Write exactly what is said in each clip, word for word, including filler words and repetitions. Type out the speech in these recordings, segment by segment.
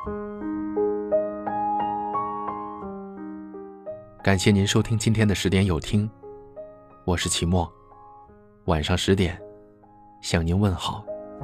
感谢您收听今天的十点有听，我是齐墨，晚上十点向您问好。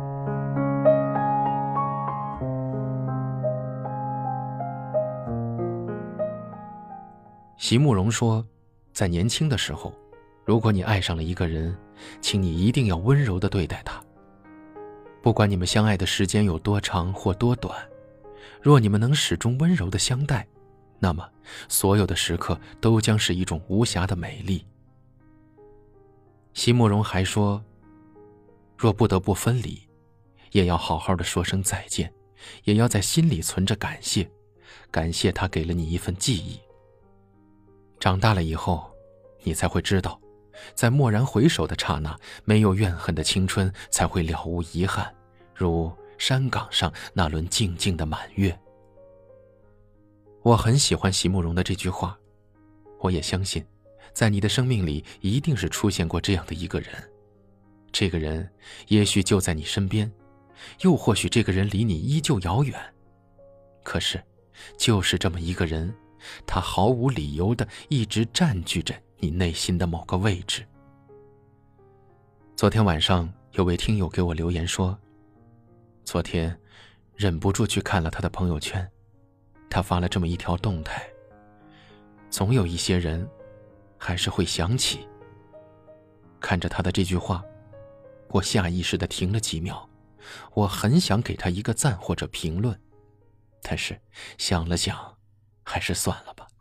席慕容说，在年轻的时候，如果你爱上了一个人，请你一定要温柔地对待他。不管你们相爱的时间有多长或多短，若你们能始终温柔地相待，那么所有的时刻都将是一种无瑕的美丽。席慕容还说，若不得不分离，也要好好的说声再见，也要在心里存着感谢，感谢他给了你一份记忆。长大了以后，你才会知道，在蓦然回首的刹那，没有怨恨的青春才会了无遗憾，如山岗上那轮静静的满月。我很喜欢席慕容的这句话，我也相信，在你的生命里一定是出现过这样的一个人，这个人也许就在你身边，又或许这个人离你依旧遥远，可是就是这么一个人，他毫无理由地一直占据着你内心的某个位置。昨天晚上有位听友给我留言说，昨天忍不住去看了他的朋友圈，他发了这么一条动态，总有一些人还是会想起。看着他的这句话，我下意识地停了几秒，我很想给他一个赞或者评论，但是想了想，还是算了吧。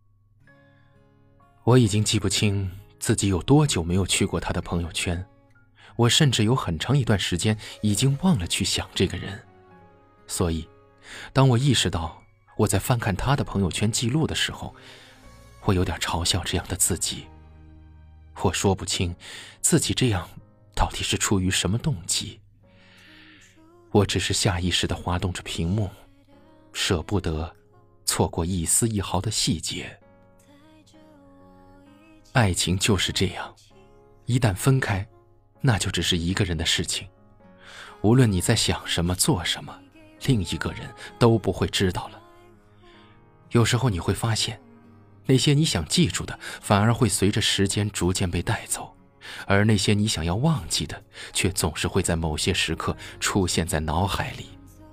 我已经记不清自己有多久没有去过他的朋友圈，我甚至有很长一段时间已经忘了去想这个人。所以当我意识到我在翻看他的朋友圈记录的时候，我有点嘲笑这样的自己。我说不清自己这样到底是出于什么动机，我只是下意识地滑动着屏幕，舍不得错过一丝一毫的细节。爱情就是这样，一旦分开，那就只是一个人的事情。无论你在想什么做什么，另一个人都不会知道了。有时候你会发现，那些你想记住的反而会随着时间逐渐被带走，而那些你想要忘记的却总是会在某些时刻出现在脑海里。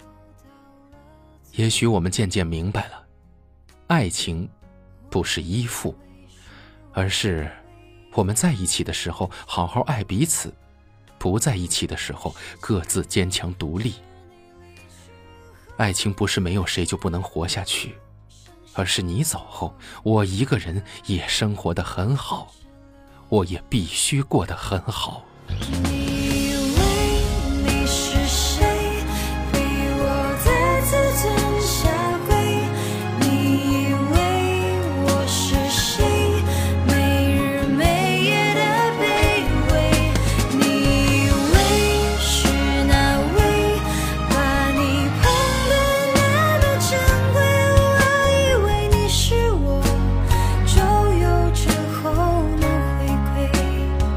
也许我们渐渐明白了，爱情不是依附，而是我们在一起的时候好好爱彼此，不在一起的时候各自坚强独立。爱情不是没有谁就不能活下去，而是你走后，我一个人也生活得很好，我也必须过得很好。 你以为你是谁，逼我再次吞下跪，你以为我是谁，没日没夜的卑微，你以为是那位把你捧得那么珍贵，我以为你是我周游之后能回归。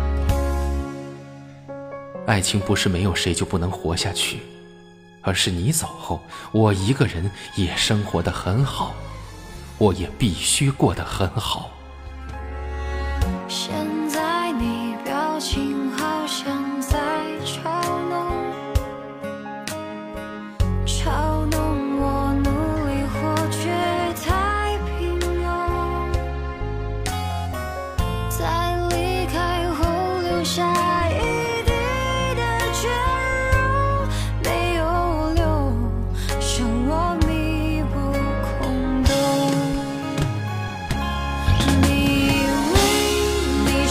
爱情不是没有谁就不能活下去，而是你走后，我一个人也生活得很好，我也必须过得很好。 现在你表情好像在嘲弄，嘲弄我努力活却太平庸，在离开后留下一地的倦容，没有留，剩我密不空洞。你以为你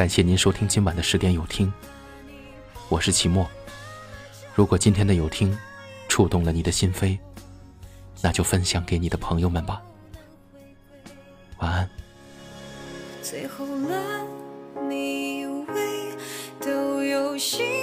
感谢您收听今晚的十点有听，我是齐墨。如果今天的有听触动了你的心扉，那就分享给你的朋友们吧。晚安。 最后了，你以为都有心